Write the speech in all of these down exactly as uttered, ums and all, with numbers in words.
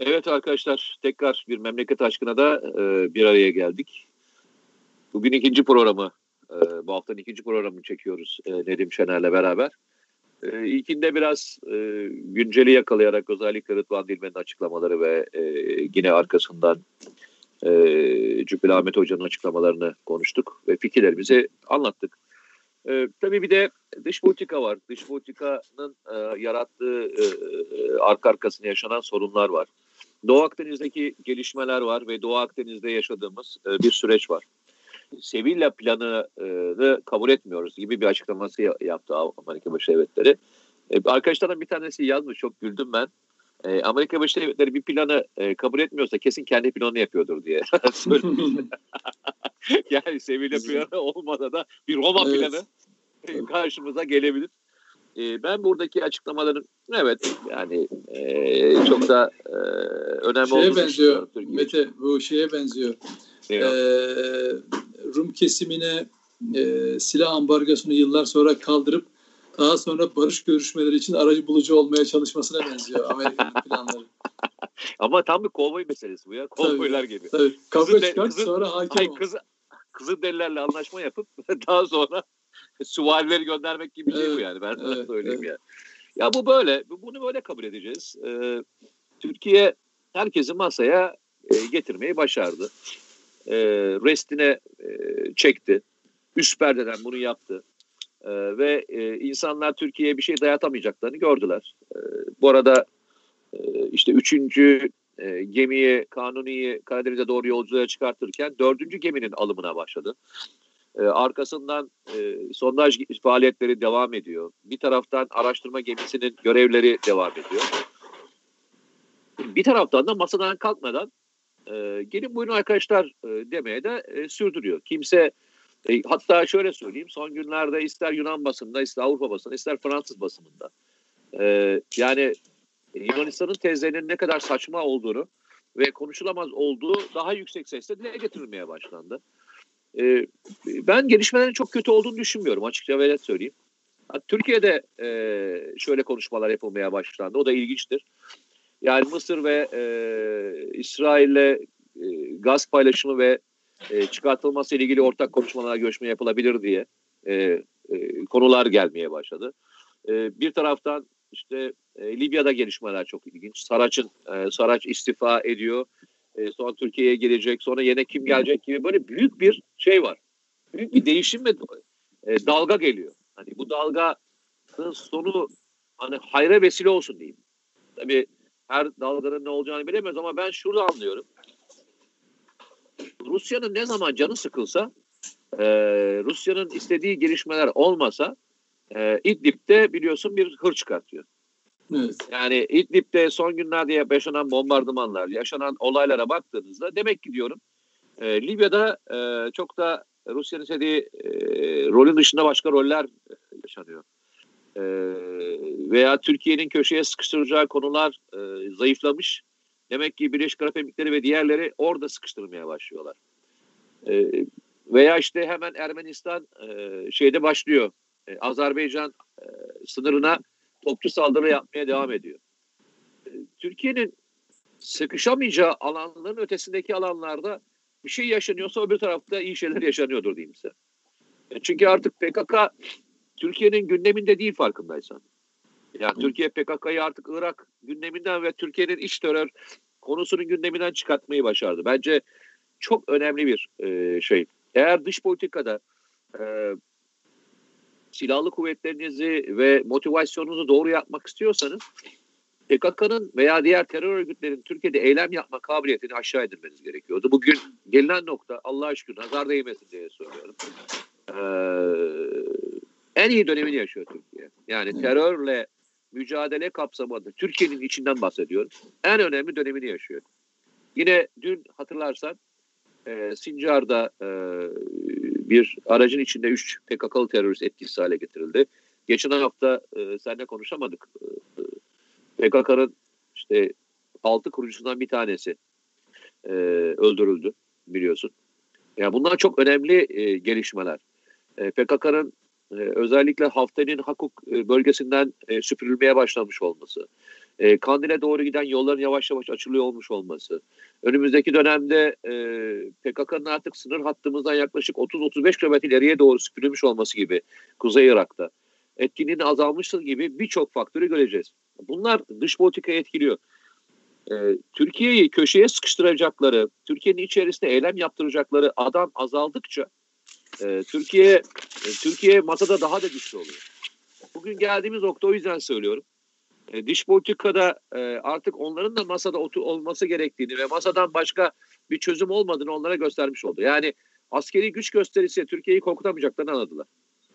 Evet arkadaşlar, tekrar bir memleket aşkına da e, bir araya geldik. Bugün ikinci programı, e, bu haftanın ikinci programını çekiyoruz e, Nedim Şener'le beraber. E, ilkinde biraz e, günceli yakalayarak özellikle Rıdvan Dilmen'in açıklamaları ve e, yine arkasından e, Cübbeli Ahmet Hoca'nın açıklamalarını konuştuk ve fikirlerimizi anlattık. E, tabii bir de dış politika var. Dış politikanın e, yarattığı e, arka arkasına yaşanan sorunlar var. Doğu Akdeniz'deki gelişmeler var ve Doğu Akdeniz'de yaşadığımız e, bir süreç var. Sevilla planını kabul etmiyoruz gibi bir açıklaması yaptı Amerika Birleşik Devletleri. E, arkadaşlardan bir tanesi yazmış, çok güldüm ben. E, Amerika Birleşik Devletleri bir planı e, kabul etmiyorsa kesin kendi planını yapıyordur diye söylemiş. Yani Sevilla planı olmasa da bir Roma evet. planı e, karşımıza gelebilir. E, ben buradaki açıklamaların evet yani e, çok da e, önemli şeye olduğunu benziyor Mete, bu şeye benziyor. Evet. Ee, Rum kesimine e, silah ambargosunu yıllar sonra kaldırıp daha sonra barış görüşmeleri için aracı bulucu olmaya çalışmasına benziyor Amerika'nın planları. Ama tam bir kovboy meselesi bu ya. Kovboylar gibi. Tabii. Kavga çıkart sonra hakim ay, kızı, Kızılderililerle anlaşma yapıp daha sonra süvarileri göndermek gibi bir şey evet, bu yani. Ben sana evet, söyleyeyim evet. ya. Ya bu böyle. Bunu böyle kabul edeceğiz. Ee, Türkiye herkesi masaya e, getirmeyi başardı. E, restine e, çekti. Üst perdeden bunu yaptı. E, ve e, insanlar Türkiye'ye bir şey dayatamayacaklarını gördüler. E, bu arada e, işte üçüncü e, gemiyi, Kanuni'yi Karadeniz'e doğru yolculuğa çıkartırken dördüncü geminin alımına başladı. E, arkasından e, sondaj faaliyetleri devam ediyor. Bir taraftan araştırma gemisinin görevleri devam ediyor. Bir taraftan da masadan kalkmadan e, gelin buyurun arkadaşlar e, demeye de e, sürdürüyor. Kimse e, hatta şöyle söyleyeyim, son günlerde ister Yunan basında, ister Avrupa basında, ister Fransız basınında e, yani Yunanistan'ın tezlerinin ne kadar saçma olduğunu ve konuşulamaz olduğu daha yüksek sesle dile getirilmeye başlandı. E, ben gelişmelerin çok kötü olduğunu düşünmüyorum, açıkça ve net söyleyeyim. Türkiye'de e, şöyle konuşmalar yapılmaya başlandı. O da ilginçtir. Yani Mısır ve e, İsrail'le e, gaz paylaşımı ve e, çıkartılması ile ilgili ortak konuşmalar, görüşme yapılabilir diye e, e, konular gelmeye başladı. E, bir taraftan işte e, Libya'da gelişmeler çok ilginç. Saraç'ın e, Saraç istifa ediyor. E, sonra Türkiye'ye gelecek. Sonra yine kim gelecek gibi böyle büyük bir şey var. Büyük bir değişim ve e, dalga geliyor. Hani bu dalganın sonu hani hayra vesile olsun diyeyim. Tabii her dalganın ne olacağını bilemez ama ben şurada anlıyorum. Rusya'nın ne zaman canı sıkılsa, e, Rusya'nın istediği gelişmeler olmasa e, İdlib'de biliyorsun bir hır çıkartıyor. Evet. Yani İdlib'de son günlerde yaşanan bombardımanlar, yaşanan olaylara baktığınızda demek ki diyorum e, Libya'da e, çok da Rusya'nın istediği e, rolün dışında başka roller yaşanıyor. E, veya Türkiye'nin köşeye sıkıştıracağı konular e, zayıflamış. Demek ki Birleşik Arap Emirlikleri ve diğerleri orada sıkıştırmaya başlıyorlar. E, veya işte hemen Ermenistan e, şeyde başlıyor. E, Azerbaycan e, sınırına topçu saldırı yapmaya devam ediyor. E, Türkiye'nin sıkışamayacağı alanların ötesindeki alanlarda bir şey yaşanıyorsa öbür tarafta iyi şeyler yaşanıyordur diyeyim size. E, çünkü artık P K K Türkiye'nin gündeminde değil, farkındaysan. Yani Türkiye P K K'yı artık Irak gündeminden ve Türkiye'nin iç terör konusunun gündeminden çıkartmayı başardı. Bence çok önemli bir e, şey. Eğer dış politikada e, silahlı kuvvetlerinizi ve motivasyonunuzu doğru yapmak istiyorsanız P K K'nın veya diğer terör örgütlerin Türkiye'de eylem yapma kabiliyetini aşağı indirmeniz gerekiyordu. Bugün gelinen nokta, Allah'a şükür nazar değmesin diye söylüyorum. Ee, en iyi dönemini yaşıyor Türkiye. Yani terörle mücadele kapsamında Türkiye'nin içinden bahsediyorum. En önemli dönemini yaşıyor. Yine dün hatırlarsan e, Sincar'da e, bir aracın içinde üç P K K'lı terörist etkisiz hale getirildi. Geçen hafta e, seninle konuşamadık. E, P K K'nın işte altı kurucusundan bir tanesi e, öldürüldü biliyorsun. Yani bunlar çok önemli e, gelişmeler. E, P K K'nın e, özellikle Hafter'in Hakuk e, bölgesinden e, süpürülmeye başlamış olması. e, Kandil'e doğru giden yolların yavaş yavaş açılıyor olmuş olması, önümüzdeki dönemde e, P K K'nın artık sınır hattımızdan yaklaşık otuz otuz beş kilometre ileriye doğru süpürülmüş olması gibi Kuzey Irak'ta, etkinliğinin azalmışlığı gibi birçok faktörü göreceğiz. Bunlar dış politikayı etkiliyor. E, Türkiye'yi köşeye sıkıştıracakları, Türkiye'nin içerisinde eylem yaptıracakları adam azaldıkça e, Türkiye e, Türkiye masada daha da güçlü oluyor. Bugün geldiğimiz nokta, o yüzden söylüyorum. E, dış politikada e, artık onların da masada otur olması gerektiğini ve masadan başka bir çözüm olmadığını onlara göstermiş oldu. Yani askeri güç gösterisi Türkiye'yi korkutamayacaklarını anladılar.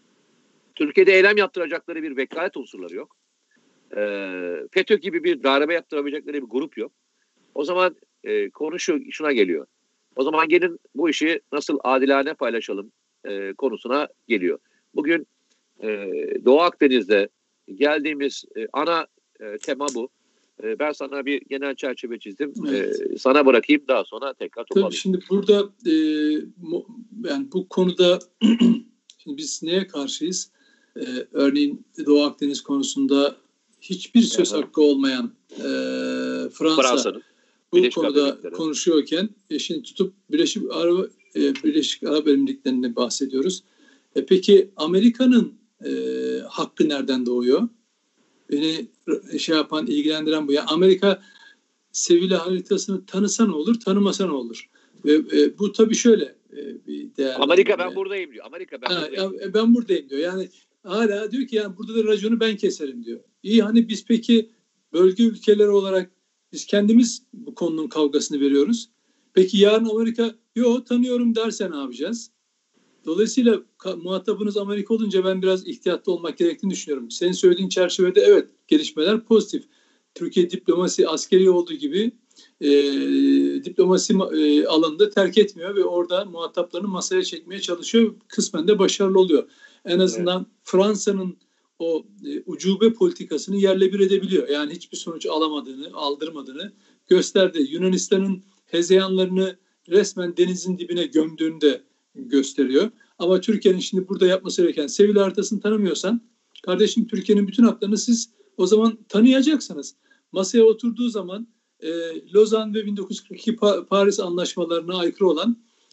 Türkiye'de eylem yaptıracakları bir vekalet unsurları yok. E, FETÖ gibi bir darbe yaptırabilecekleri bir grup yok. O zaman e, konu şu, şuna geliyor. O zaman gelin bu işi nasıl adilane paylaşalım e, konusuna geliyor. Bugün e, Doğu Akdeniz'de geldiğimiz e, ana e, tema bu. E, ben sana bir genel çerçeve çizdim. Evet. E, sana bırakayım, daha sonra tekrar toparlayayım. Tabii şimdi burada e, mo, yani bu konuda şimdi biz neye karşıyız? E, örneğin Doğu Akdeniz konusunda hiçbir söz evet. hakkı olmayan e, Fransa Fransa'nın bu Birleşik konuda konuşuyorken e, şimdi tutup Birleşik Arap, e, Birleşik Arap Emirlikleri'nden bahsediyoruz. E, peki Amerika'nın e, hakkı nereden doğuyor? Beni şey yapan, ilgilendiren bu. Yani Amerika Sevilla haritasını tanısa ne olur, tanımasa ne olur? Ve e, bu tabii şöyle e, bir değer. Amerika ben buradayım diyor. Amerika ben ha, buradayım. Ya, ben buradayım diyor. Yani hala diyor ki yani burada da raconu ben keserim diyor. İyi, hani biz peki bölge ülkeleri olarak biz kendimiz bu konunun kavgasını veriyoruz. Peki yarın Amerika yo tanıyorum derse ne yapacağız? Dolayısıyla muhatabınız Amerika olunca ben biraz ihtiyatlı olmak gerektiğini düşünüyorum. Senin söylediğin çerçevede evet, gelişmeler pozitif. Türkiye diplomasi askeri olduğu gibi e, diplomasi e, alanında terk etmiyor ve orada muhataplarını masaya çekmeye çalışıyor. Kısmen de başarılı oluyor. En azından evet. Fransa'nın o e, ucube politikasını yerle bir edebiliyor. Yani hiçbir sonuç alamadığını, aldırmadığını gösterdi. Yunanistan'ın hezeyanlarını resmen denizin dibine gömdüğünü de gösteriyor. Ama Türkiye'nin şimdi burada yapması gereken, Sevilla haritasını tanımıyorsan kardeşim Türkiye'nin bütün haklarını siz o zaman tanıyacaksınız. Masaya oturduğu zaman e, Lozan ve bin dokuz yüz kırk iki pa- Paris anlaşmalarına aykırı olan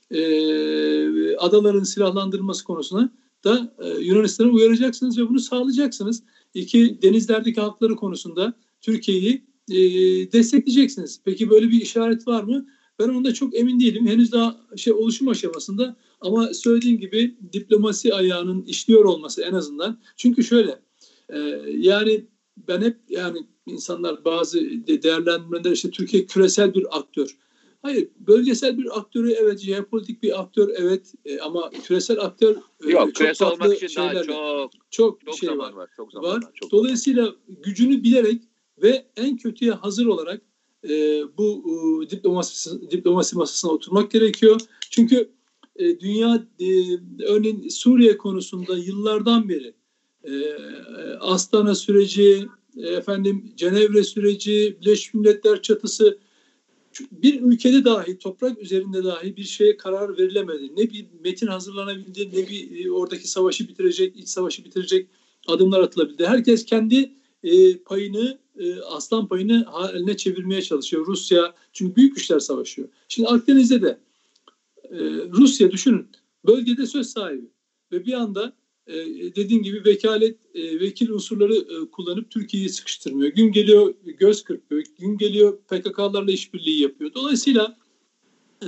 e, adaların silahlandırılması konusuna da e, Yunanistan'ı uyaracaksınız ve bunu sağlayacaksınız. İki, denizlerdeki hakları konusunda Türkiye'yi e, destekleyeceksiniz. Peki böyle bir işaret var mı? Ben onda çok emin değilim. Henüz daha şey oluşum aşamasında, ama söylediğim gibi diplomasi ayağının işliyor olması en azından. Çünkü şöyle e, yani ben hep yani insanlar bazı değerlendirmeler işte Türkiye küresel bir aktör. Hayır, bölgesel bir aktörü evet, jeopolitik bir aktör evet e, ama küresel aktör e, Yok, çok küresel olmak için daha çok çok, çok şey zaman var. var. Çok zaman var. var. Çok Dolayısıyla zaman. gücünü bilerek ve en kötüye hazır olarak e, bu e, diplomasi diplomasi masasına oturmak gerekiyor. Çünkü e, dünya e, örneğin Suriye konusunda yıllardan beri e, Astana süreci, e, efendim Cenevre süreci, Birleşmiş Milletler çatısı, bir ülkede dahi, toprak üzerinde dahi bir şeye karar verilemedi. Ne bir metin hazırlanabildi, ne bir e, oradaki savaşı bitirecek, iç savaşı bitirecek adımlar atılabildi. Herkes kendi e, payını, e, aslan payını haline çevirmeye çalışıyor. Rusya, çünkü büyük güçler savaşıyor. Şimdi Akdeniz'de de e, Rusya düşünün, bölgede söz sahibi ve bir anda e, dediğim gibi vekalet, e, vekil unsurları e, kullanıp Türkiye'yi sıkıştırmıyor. Gün geliyor göz kırpıyor, gün geliyor P K K'larla işbirliği yapıyor. Dolayısıyla e,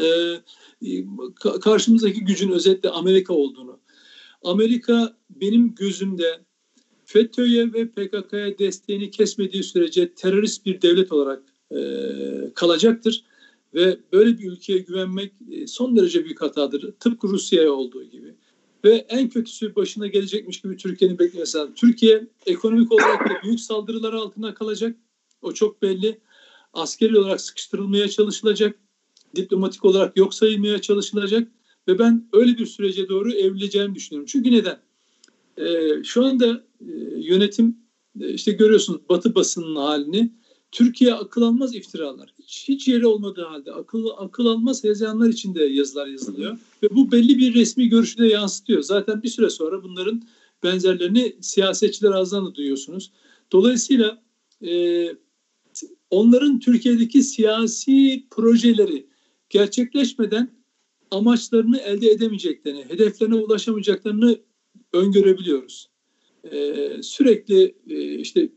karşımızdaki gücün özetle Amerika olduğunu, Amerika benim gözümde FETÖ'ye ve P K K'ya desteğini kesmediği sürece terörist bir devlet olarak e, kalacaktır. Ve böyle bir ülkeye güvenmek e, son derece büyük hatadır. Tıpkı Rusya'ya olduğu gibi. Ve en kötüsü başına gelecekmiş gibi Türkiye'nin beklemesi lazım. Türkiye ekonomik olarak da büyük saldırılar altında kalacak. O çok belli. Askeri olarak sıkıştırılmaya çalışılacak. Diplomatik olarak yok sayılmaya çalışılacak. Ve ben öyle bir sürece doğru evrileceğini düşünüyorum. Çünkü neden? Ee, şu anda e, yönetim e, işte görüyorsunuz Batı basının halini. Türkiye akıl almaz iftiralar. Hiç, hiç yeri olmadığı halde akıl, akıl almaz hezeyanlar içinde yazılar yazılıyor. Ve bu belli bir resmi görüşü de yansıtıyor. Zaten bir süre sonra bunların benzerlerini siyasetçiler ağzından da duyuyorsunuz. Dolayısıyla e, onların Türkiye'deki siyasi projeleri gerçekleşmeden amaçlarını elde edemeyeceklerini, hedeflerine ulaşamayacaklarını öngörebiliyoruz. Ee, sürekli e, işte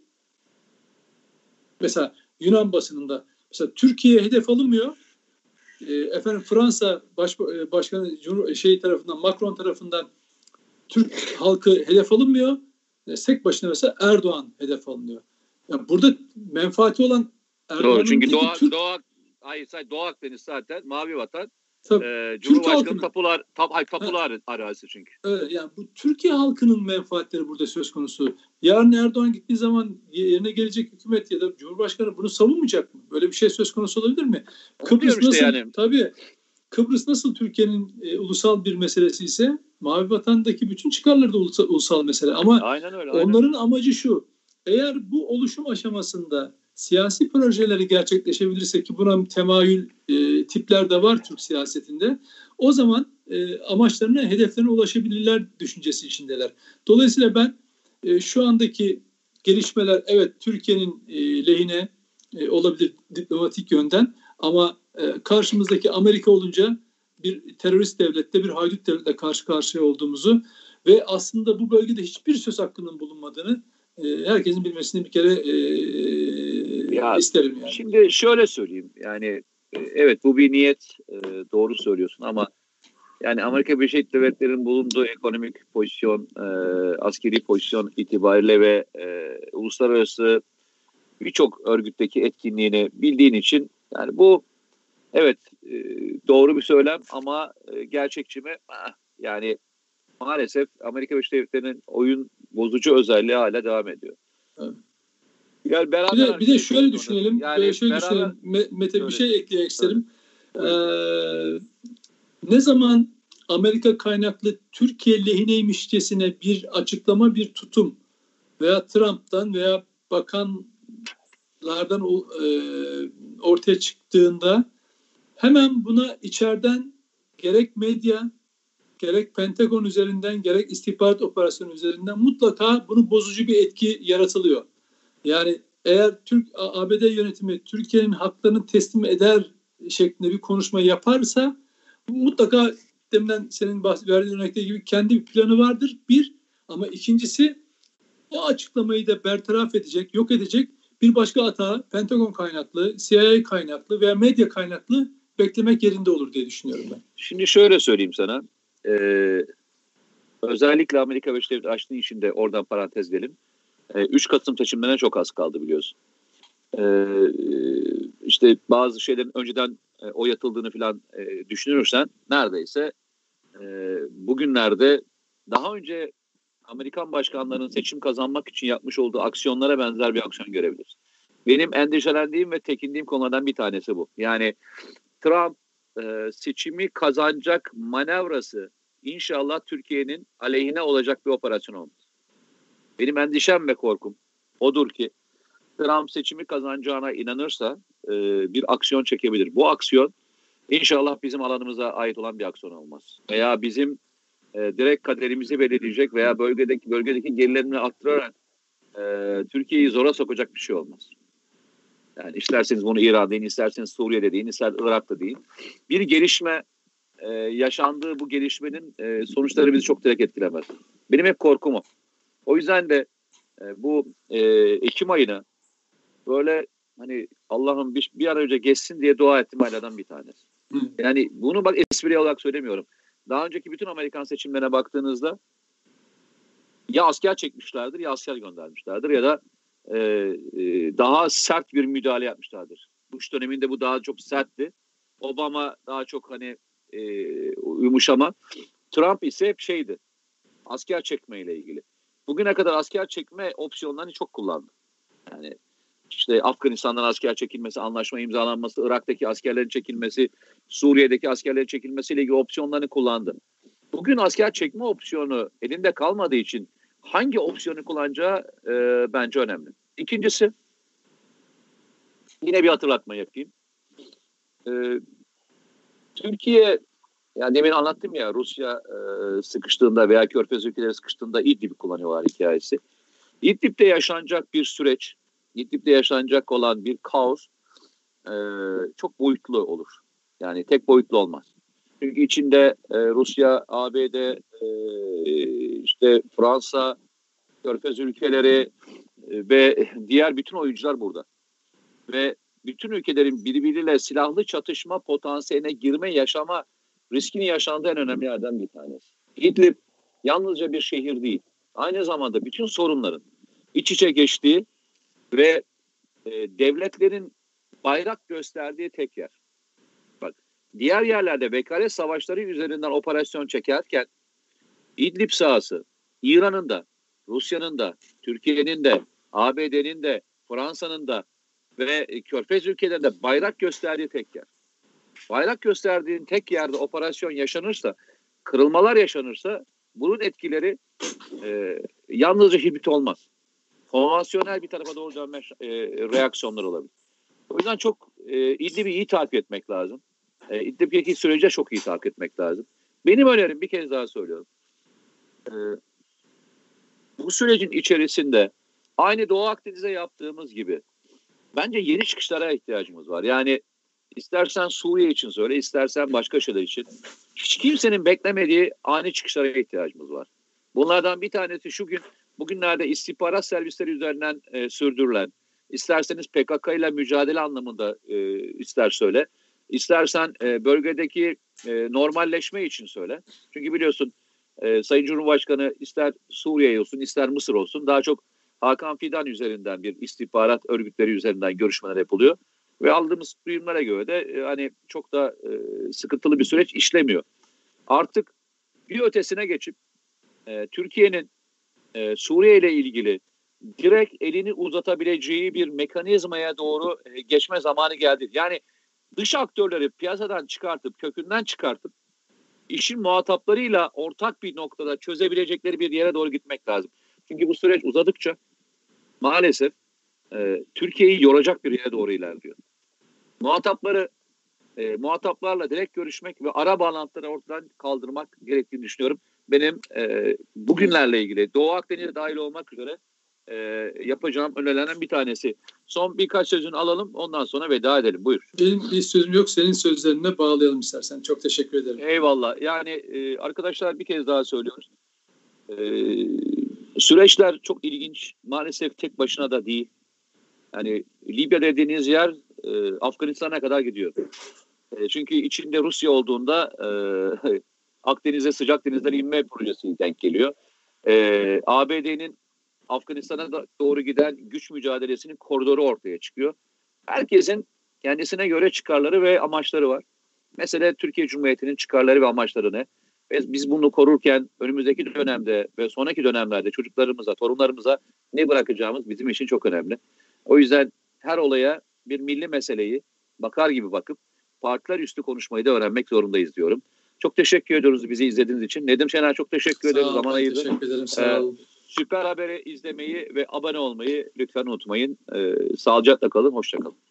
mesela Yunan basınında mesela Türkiye hedef alınmıyor. E, efendim Fransa baş, e, başkanı Cumhur, şey tarafından Macron tarafından Türk halkı hedef alınmıyor. E, tek başına mesela Erdoğan hedef alınıyor. Yani burada menfaati olan Erdoğan'ın Doğru, çünkü Doğu, Türk, Doğu, hayır, Doğu Akdeniz zaten mavi vatan. tabii, E, Türk Cumhurbaşkanı halkının, tapular, tap, ay, ha, tapular arazisi çünkü. evet, yani bu Türkiye halkının menfaatleri burada söz konusu. Yarın Erdoğan gittiği zaman yerine gelecek hükümet ya da Cumhurbaşkanı bunu savunmayacak mı? Böyle bir şey söz konusu olabilir mi? Onu Kıbrıs işte nasıl? yani. Tabii. Kıbrıs nasıl Türkiye'nin e, ulusal bir meselesi ise Mavi Vatan'daki bütün çıkarları da ulusal, ulusal mesele. Ama Aynen öyle, aynen. onların amacı şu. Eğer bu oluşum aşamasında siyasi projeleri gerçekleşebilirse ki buna temayül e, tipler de var Türk siyasetinde. O zaman e, amaçlarına, hedeflerine ulaşabilirler düşüncesi içindeler. Dolayısıyla ben e, şu andaki gelişmeler evet Türkiye'nin e, lehine e, olabilir diplomatik yönden ama e, karşımızdaki Amerika olunca bir terörist devlette, bir haydut devletle karşı karşıya olduğumuzu ve aslında bu bölgede hiçbir söz hakkının bulunmadığını e, herkesin bilmesini bir kere e, ya, isterim yani. Şimdi şöyle söyleyeyim yani e, evet bu bir niyet, e, doğru söylüyorsun ama yani Amerika Birleşik Devletleri'nin bulunduğu ekonomik pozisyon, e, askeri pozisyon itibariyle ve e, uluslararası birçok örgütteki etkinliğini bildiğin için yani bu evet e, doğru bir söylem ama e, gerçekçi mi? Ah, yani maalesef Amerika Birleşik Devletleri'nin oyun bozucu özelliği hala devam ediyor. Evet. Yani beraber bir de bir de şöyle düşünelim. yani şöyle beraber, düşünelim. Mete şöyle, bir şey eklemek isterim. Ee, Buyurun. ne zaman Amerika kaynaklı Türkiye lehineymişçesine bir açıklama, bir tutum veya Trump'tan veya bakanlardan e, ortaya çıktığında hemen buna içeriden gerek medya, gerek Pentagon üzerinden, gerek istihbarat operasyonu üzerinden mutlaka bunu bozucu bir etki yaratılıyor. Yani eğer Türk A B D yönetimi Türkiye'nin haklarını teslim eder şeklinde bir konuşma yaparsa mutlaka deminden senin verdiğin örnekte gibi kendi bir planı vardır. Bir, ama ikincisi o açıklamayı da bertaraf edecek, yok edecek bir başka hata Pentagon kaynaklı, C I A kaynaklı veya medya kaynaklı beklemek yerinde olur diye düşünüyorum ben. Şimdi şöyle söyleyeyim sana. Ee, özellikle Amerika Birleşik Devletleri açtığı için de oradan parantez verelim. Ee, üç Kasım seçimlerine çok az kaldı biliyorsun. Ee, işte bazı şeylerin önceden e, oy atıldığını falan e, düşünürsen neredeyse e, bugünlerde daha önce Amerikan başkanlarının seçim kazanmak için yapmış olduğu aksiyonlara benzer bir aksiyon görebiliriz. Benim endişelendiğim ve tekindiğim konulardan bir tanesi bu. Yani Trump e, seçimi kazanacak manevrası inşallah Türkiye'nin aleyhine olacak bir operasyon olmaz. Benim endişem ve korkum odur ki Trump seçimi kazanacağına inanırsa e, bir aksiyon çekebilir. Bu aksiyon inşallah bizim alanımıza ait olan bir aksiyon olmaz. Veya bizim e, direkt kaderimizi belirleyecek veya bölgedeki bölgedeki gerilerini arttırarak e, Türkiye'yi zora sokacak bir şey olmaz. Yani isterseniz bunu İran deyin, isterseniz Suriye'de deyin, isterseniz Irak'ta deyin. Bir gelişme e, yaşandığı bu gelişmenin e, sonuçları bizi çok direkt etkilemez. Benim hep korkum o. O yüzden de e, bu e, Ekim ayını böyle hani Allah'ım bir, bir an önce geçsin diye dua ettim aylardan bir tanesi. Yani bunu bak espri olarak söylemiyorum. Daha önceki bütün Amerikan seçimlerine baktığınızda ya asker çekmişlerdir ya asker göndermişlerdir ya da e, e, daha sert bir müdahale yapmışlardır. Bush döneminde bu daha çok sertti. Obama daha çok hani e, yumuşama. Trump ise hep şeydi. Asker çekmeyle ilgili. Bugüne kadar asker çekme opsiyonlarını çok kullandı. Yani işte Afganistan'dan asker çekilmesi, anlaşma imzalanması, Irak'taki askerlerin çekilmesi, Suriye'deki askerlerin çekilmesiyle ilgili opsiyonlarını kullandı. Bugün asker çekme opsiyonu elinde kalmadığı için hangi opsiyonu kullanacağı e, bence önemli. İkincisi, yine bir hatırlatma yapayım. E, Türkiye, yani demin anlattım ya Rusya e, sıkıştığında veya Körfez ülkeleri sıkıştığında İdlib'i kullanıyorlar hikayesi. İdlib'de yaşanacak bir süreç İdlib'de yaşanacak olan bir kaos e, çok boyutlu olur. Yani tek boyutlu olmaz. Çünkü içinde e, Rusya, A B D, e, işte Fransa, Körfez ülkeleri e, ve diğer bütün oyuncular burada. Ve bütün ülkelerin birbiriyle silahlı çatışma potansiyeline girme, yaşama riskini yaşandığı en önemli yerden bir tanesi. İdlib yalnızca bir şehir değil. Aynı zamanda bütün sorunların iç içe geçtiği ve e, devletlerin bayrak gösterdiği tek yer. Bak, diğer yerlerde vekalet savaşları üzerinden operasyon çekerken İdlib sahası İran'ın da, Rusya'nın da, Türkiye'nin de, A B D'nin de, Fransa'nın da ve Körfez ülkelerinde bayrak gösterdiği tek yer. Bayrak gösterdiğin tek yerde operasyon yaşanırsa, kırılmalar yaşanırsa bunun etkileri e, yalnızca hibrit olmaz. Konvansiyonel bir tarafa doğru dönme e, reaksiyonlar olabilir. O yüzden çok e, İdlib'i iyi takip etmek lazım. E, İdlib'deki süreci çok iyi takip etmek lazım. Benim önerim, bir kez daha söylüyorum. E, bu sürecin içerisinde aynı Doğu Akdeniz'e yaptığımız gibi bence yeni çıkışlara ihtiyacımız var. Yani istersen Suriye için söyle, istersen başka şeyler için. Hiç kimsenin beklemediği ani çıkışlara ihtiyacımız var. Bunlardan bir tanesi şu gün, bugünlerde istihbarat servisleri üzerinden e, sürdürülen, isterseniz P K K ile mücadele anlamında e, ister söyle, istersen e, bölgedeki e, normalleşme için söyle. Çünkü biliyorsun e, Sayın Cumhurbaşkanı ister Suriye olsun, ister Mısır olsun, daha çok Hakan Fidan üzerinden bir istihbarat örgütleri üzerinden görüşmeler yapılıyor. Ve aldığımız duyumlara göre de e, hani çok da e, sıkıntılı bir süreç işlemiyor. Artık bir ötesine geçip e, Türkiye'nin e, Suriye ile ilgili direkt elini uzatabileceği bir mekanizmaya doğru e, geçme zamanı geldi. Yani dış aktörleri piyasadan çıkartıp, kökünden çıkartıp işin muhataplarıyla ortak bir noktada çözebilecekleri bir yere doğru gitmek lazım. Çünkü bu süreç uzadıkça maalesef e, Türkiye'yi yoracak bir yere doğru ilerliyor. Muhatapları, e, muhataplarla direkt görüşmek ve ara bağlantıları ortadan kaldırmak gerektiğini düşünüyorum. Benim e, bugünlerle ilgili Doğu Akdeniz'e dahil olmak üzere e, yapacağım önerilerden bir tanesi. Son birkaç sözünü alalım, ondan sonra veda edelim. Buyur. Benim bir sözüm yok, senin sözlerine bağlayalım istersen. Çok teşekkür ederim. Eyvallah. Yani e, arkadaşlar, bir kez daha söylüyoruz. E, süreçler çok ilginç. Maalesef tek başına da değil. Yani Libya dediğiniz yer e, Afganistan'a kadar gidiyor. E, çünkü içinde Rusya olduğunda e, Akdeniz'e sıcak denizden inme projesi denk geliyor. E, A B D'nin Afganistan'a doğru giden güç mücadelesinin koridoru ortaya çıkıyor. Herkesin kendisine göre çıkarları ve amaçları var. Mesela Türkiye Cumhuriyeti'nin çıkarları ve amaçları ne? Ve biz bunu korurken önümüzdeki dönemde ve sonraki dönemlerde çocuklarımıza, torunlarımıza ne bırakacağımız bizim için çok önemli. O yüzden her olaya bir milli meseleyi bakar gibi bakıp partiler üstü konuşmayı da öğrenmek zorundayız diyorum. Çok teşekkür ediyoruz bizi izlediğiniz için. Nedim Şener, çok teşekkür ederim. Sağ ol, zaman ayırdın. Teşekkür ederim. Sağ olun. Ee, Süper Haber'i izlemeyi ve abone olmayı lütfen unutmayın. Ee, sağlıcakla kalın, hoşça kalın.